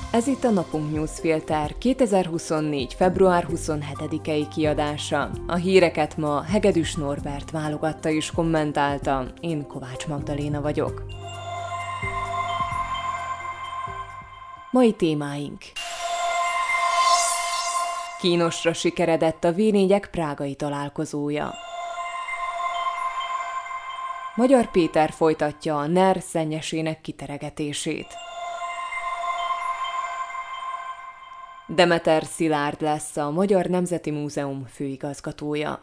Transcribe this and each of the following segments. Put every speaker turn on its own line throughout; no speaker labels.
Ez itt a Napunk Newsfilter 2024. február 27-i kiadása. A híreket ma Hegedűs Norbert válogatta és kommentálta, én Kovács Magdaléna vagyok. Mai témáink: kínosra sikeredett a V4-ek prágai találkozója. Magyar Péter folytatja a NER szennyesének kiteregetését. Demeter Szilárd lesz a Magyar Nemzeti Múzeum főigazgatója.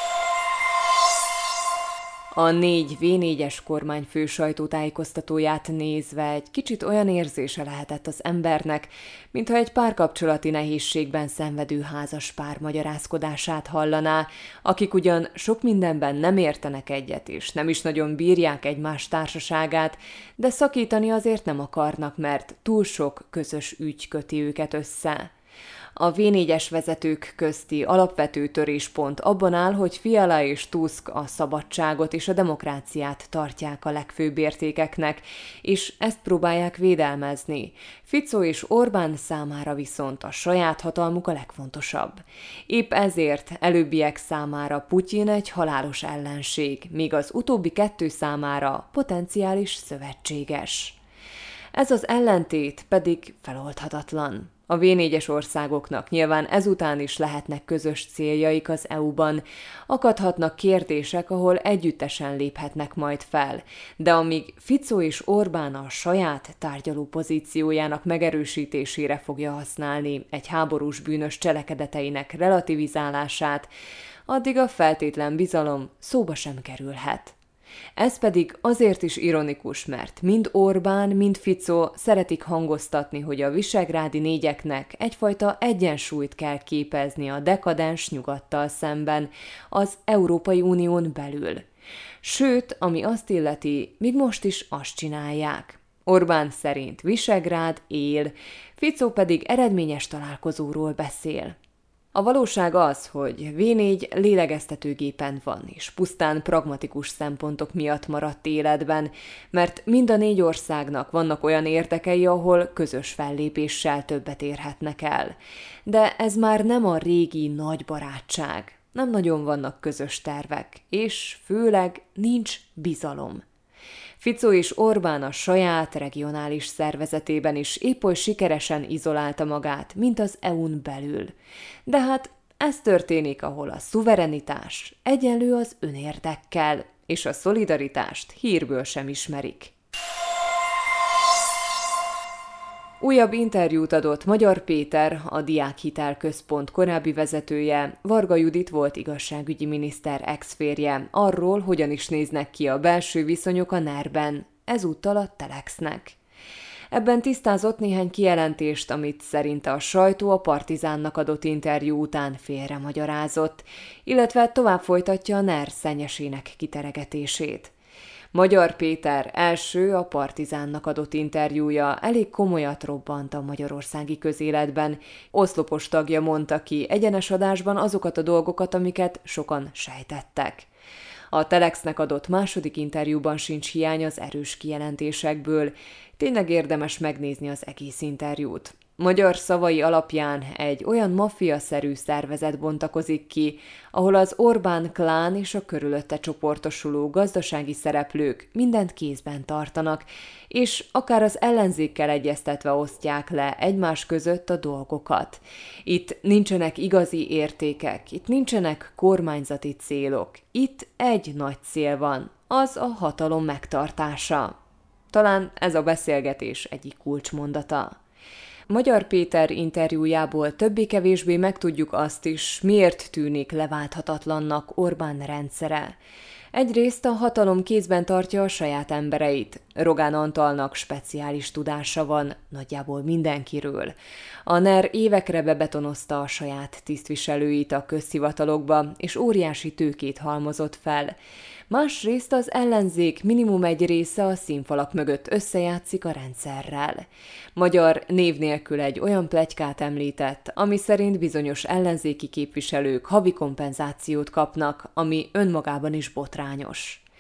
A 4 V4-es kormányfő sajtótájékoztatóját nézve egy kicsit olyan érzése lehetett az embernek, mintha egy párkapcsolati nehézségben szenvedő házaspár magyarázkodását hallaná, akik ugyan sok mindenben nem értenek egyet és nem is nagyon bírják egymás társaságát, de szakítani azért nem akarnak, mert túl sok közös ügy köti őket össze. A V4-es vezetők közti alapvető töréspont abban áll, hogy Fiala és Tusk a szabadságot és a demokráciát tartják a legfőbb értékeknek, és ezt próbálják védelmezni. Fico és Orbán számára viszont a saját hatalmuk a legfontosabb. Épp ezért előbbiek számára Putyin egy halálos ellenség, míg az utóbbi kettő számára potenciális szövetséges. Ez az ellentét pedig feloldhatatlan. A V4-es országoknak nyilván ezután is lehetnek közös céljaik az EU-ban, akadhatnak kérdések, ahol együttesen léphetnek majd fel, de amíg Fico és Orbán a saját tárgyaló pozíciójának megerősítésére fogja használni egy háborús bűnös cselekedeteinek relativizálását, addig a feltétlen bizalom szóba sem kerülhet. Ez pedig azért is ironikus, mert mind Orbán, mind Fico szeretik hangoztatni, hogy a visegrádi négyeknek egyfajta egyensúlyt kell képezni a dekadens nyugattal szemben az Európai Unión belül. Sőt, ami azt illeti, még most is azt csinálják. Orbán szerint Visegrád él, Fico pedig eredményes találkozóról beszél. A valóság az, hogy V4 lélegeztetőgépen van, és pusztán pragmatikus szempontok miatt maradt életben, mert mind a 4 országnak vannak olyan érdekei, ahol közös fellépéssel többet érhetnek el. De ez már nem a régi nagy barátság. Nem nagyon vannak közös tervek, és főleg nincs bizalom. Fico és Orbán a saját regionális szervezetében is épp oly sikeresen izolálta magát, mint az EU-n belül. De hát ez történik, ahol a szuverenitás egyenlő az önérdekkel, és a szolidaritást hírből sem ismerik. Újabb interjút adott Magyar Péter, a Diákhitel Központ korábbi vezetője, Varga Judit volt igazságügyi miniszter ex-férje, arról, hogyan is néznek ki a belső viszonyok a NER-ben, ezúttal a Telexnek. Ebben tisztázott néhány kijelentést, amit szerinte a sajtó a Partizánnak adott interjú után félremagyarázott, illetve tovább folytatja a NER szennyesének kiteregetését. Magyar Péter első, a Partizánnak adott interjúja elég komolyat robbant a magyarországi közéletben. Oszlopos tagja mondta ki egyenes adásban azokat a dolgokat, amiket sokan sejtettek. A Telexnek adott második interjúban sincs hiány az erős kijelentésekből. Tényleg érdemes megnézni az egész interjút. Magyar szavai alapján egy olyan maffia-szerű szervezet bontakozik ki, ahol az Orbán klán és a körülötte csoportosuló gazdasági szereplők mindent kézben tartanak, és akár az ellenzékkel egyeztetve osztják le egymás között a dolgokat. Itt nincsenek igazi értékek, itt nincsenek kormányzati célok, itt egy nagy cél van, az a hatalom megtartása. Talán ez a beszélgetés egyik kulcsmondata. Magyar Péter interjújából többé-kevésbé megtudjuk azt is, miért tűnik leválthatatlannak Orbán rendszere. Egyrészt a hatalom kézben tartja a saját embereit. Rogán Antalnak speciális tudása van nagyjából mindenkiről. A NER évekre bebetonozta a saját tisztviselőit a közhivatalokba, és óriási tőkét halmozott fel. Másrészt az ellenzék minimum egy része a színfalak mögött összejátszik a rendszerrel. Magyar név nélkül egy olyan pletykát említett, ami szerint bizonyos ellenzéki képviselők havi kompenzációt kapnak, ami önmagában is botrányos.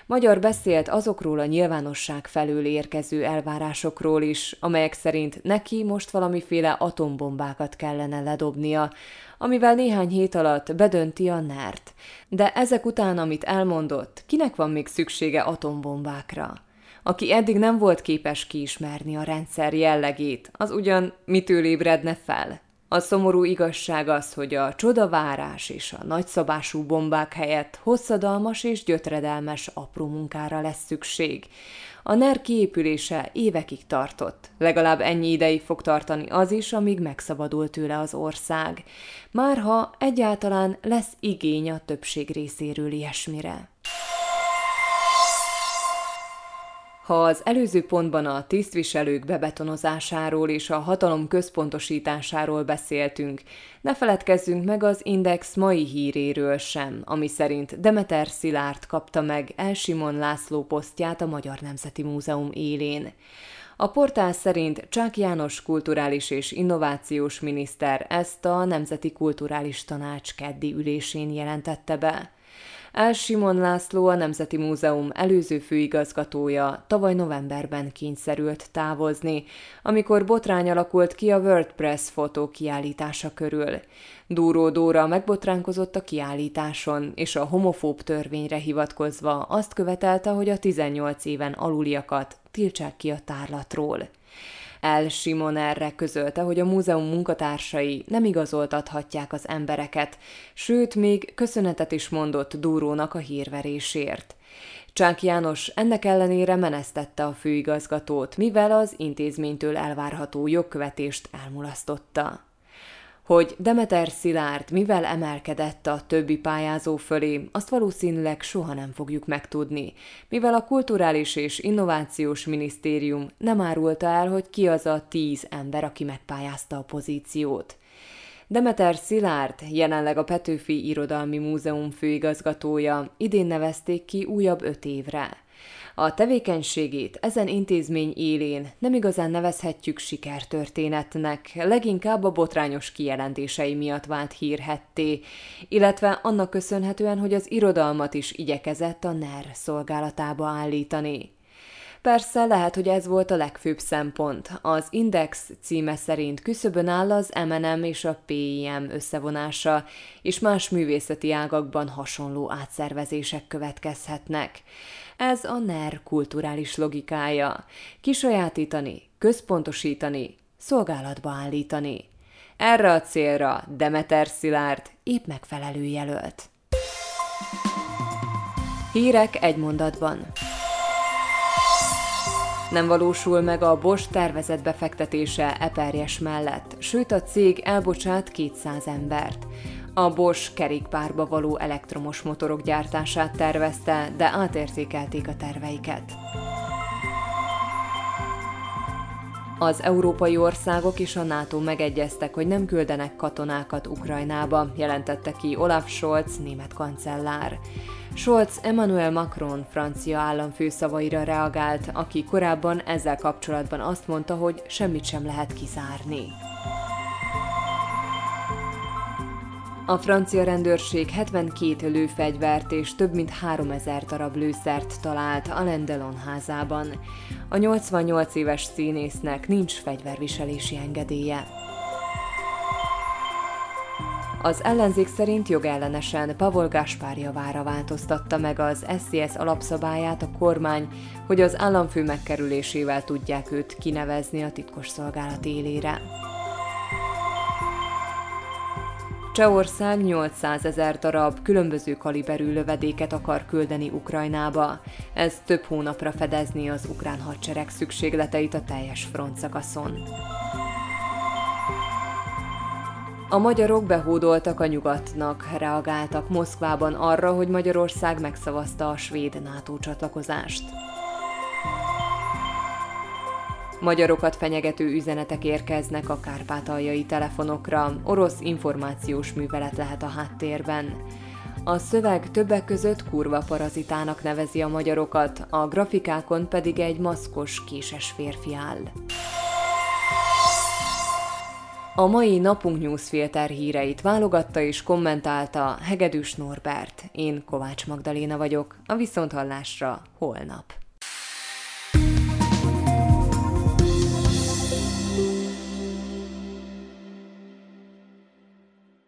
Magyar beszélt azokról a nyilvánosság felől érkező elvárásokról is, amelyek szerint neki most valamiféle atombombákat kellene ledobnia, amivel néhány hét alatt bedönti a NER-t. De ezek után, amit elmondott, kinek van még szüksége atombombákra? Aki eddig nem volt képes kiismerni a rendszer jellegét, az ugyan mitől ébredne fel? A szomorú igazság az, hogy a csodavárás és a nagyszabású bombák helyett hosszadalmas és gyötredelmes apró munkára lesz szükség. A NER kiépülése évekig tartott, legalább ennyi ideig fog tartani az is, amíg megszabadul tőle az ország. Márha egyáltalán lesz igény a többség részéről ilyesmire. Ha az előző pontban a tisztviselők bebetonozásáról és a hatalom központosításáról beszéltünk, ne feledkezzünk meg az Index mai híréről sem, ami szerint Demeter Szilárd kapta meg L. Simon László posztját a Magyar Nemzeti Múzeum élén. A portál szerint Csák János kulturális és innovációs miniszter ezt a Nemzeti Kulturális Tanács keddi ülésén jelentette be. L. Simon László, a Nemzeti Múzeum előző főigazgatója tavaly novemberben kényszerült távozni, amikor botrány alakult ki a WordPress fotó kiállítása körül. Dúró Dóra megbotránkozott a kiállításon, és a homofób törvényre hivatkozva azt követelte, hogy a 18 éven aluliakat tiltsák ki a tárlatról. L. Simon erre közölte, hogy a múzeum munkatársai nem igazoltathatják az embereket, sőt, még köszönetet is mondott Dúrónak a hírverésért. Csák János ennek ellenére menesztette a főigazgatót, mivel az intézménytől elvárható jogkövetést elmulasztotta. Hogy Demeter Szilárd mivel emelkedett a többi pályázó fölé, azt valószínűleg soha nem fogjuk megtudni, mivel a Kulturális és Innovációs Minisztérium nem árulta el, hogy ki az a 10 ember, aki megpályázta a pozíciót. Demeter Szilárd, jelenleg a Petőfi Irodalmi Múzeum főigazgatója, idén nevezték ki újabb 5 évre. A tevékenységét ezen intézmény élén nem igazán nevezhetjük sikertörténetnek, leginkább a botrányos kijelentései miatt vált hírhedté, illetve annak köszönhetően, hogy az irodalmat is igyekezett a NER szolgálatába állítani. Persze lehet, hogy ez volt a legfőbb szempont. Az Index címe szerint küszöbön áll az M&M és a PIM összevonása, és más művészeti ágakban hasonló átszervezések következhetnek. Ez a NER kulturális logikája. Kisajátítani, központosítani, szolgálatba állítani. Erre a célra Demeter Szilárd épp megfelelő jelölt. Hírek egy mondatban. Nem valósul meg a Bosch tervezett befektetése Eperjes mellett, sőt a cég elbocsát 200 embert. A Bosch kerékpárba való elektromos motorok gyártását tervezte, de átértékelték a terveiket. Az európai országok és a NATO megegyeztek, hogy nem küldenek katonákat Ukrajnába, jelentette ki Olaf Scholz német kancellár. Scholz Emmanuel Macron francia államfő szavaira reagált, aki korábban ezzel kapcsolatban azt mondta, hogy semmit sem lehet kizárni. A francia rendőrség 72 lőfegyvert és több mint 3000 darab lőszert talált Alain Delon házában. A 88 éves színésznek nincs fegyverviselési engedélye. Az ellenzék szerint jogellenesen Pavol Gáspár javára változtatta meg az SZSZ alapszabályát a kormány, hogy az államfő megkerülésével tudják őt kinevezni a titkosszolgálat élére. Csehország 800 000 darab különböző kaliberű lövedéket akar küldeni Ukrajnába. Ez több hónapra fedezni az ukrán hadsereg szükségleteit a teljes frontszakaszon. A magyarok behódoltak a nyugatnak, reagáltak Moszkvában arra, hogy Magyarország megszavazta a svéd NATO csatlakozást. Magyarokat fenyegető üzenetek érkeznek a kárpátaljai telefonokra, orosz információs művelet lehet a háttérben. A szöveg többek között kurva parazitának nevezi a magyarokat, a grafikákon pedig egy maszkos, késes férfi áll. A mai Napunk Newsfilter híreit válogatta és kommentálta Hegedűs Norbert. Én Kovács Magdaléna vagyok, a viszonthallásra holnap.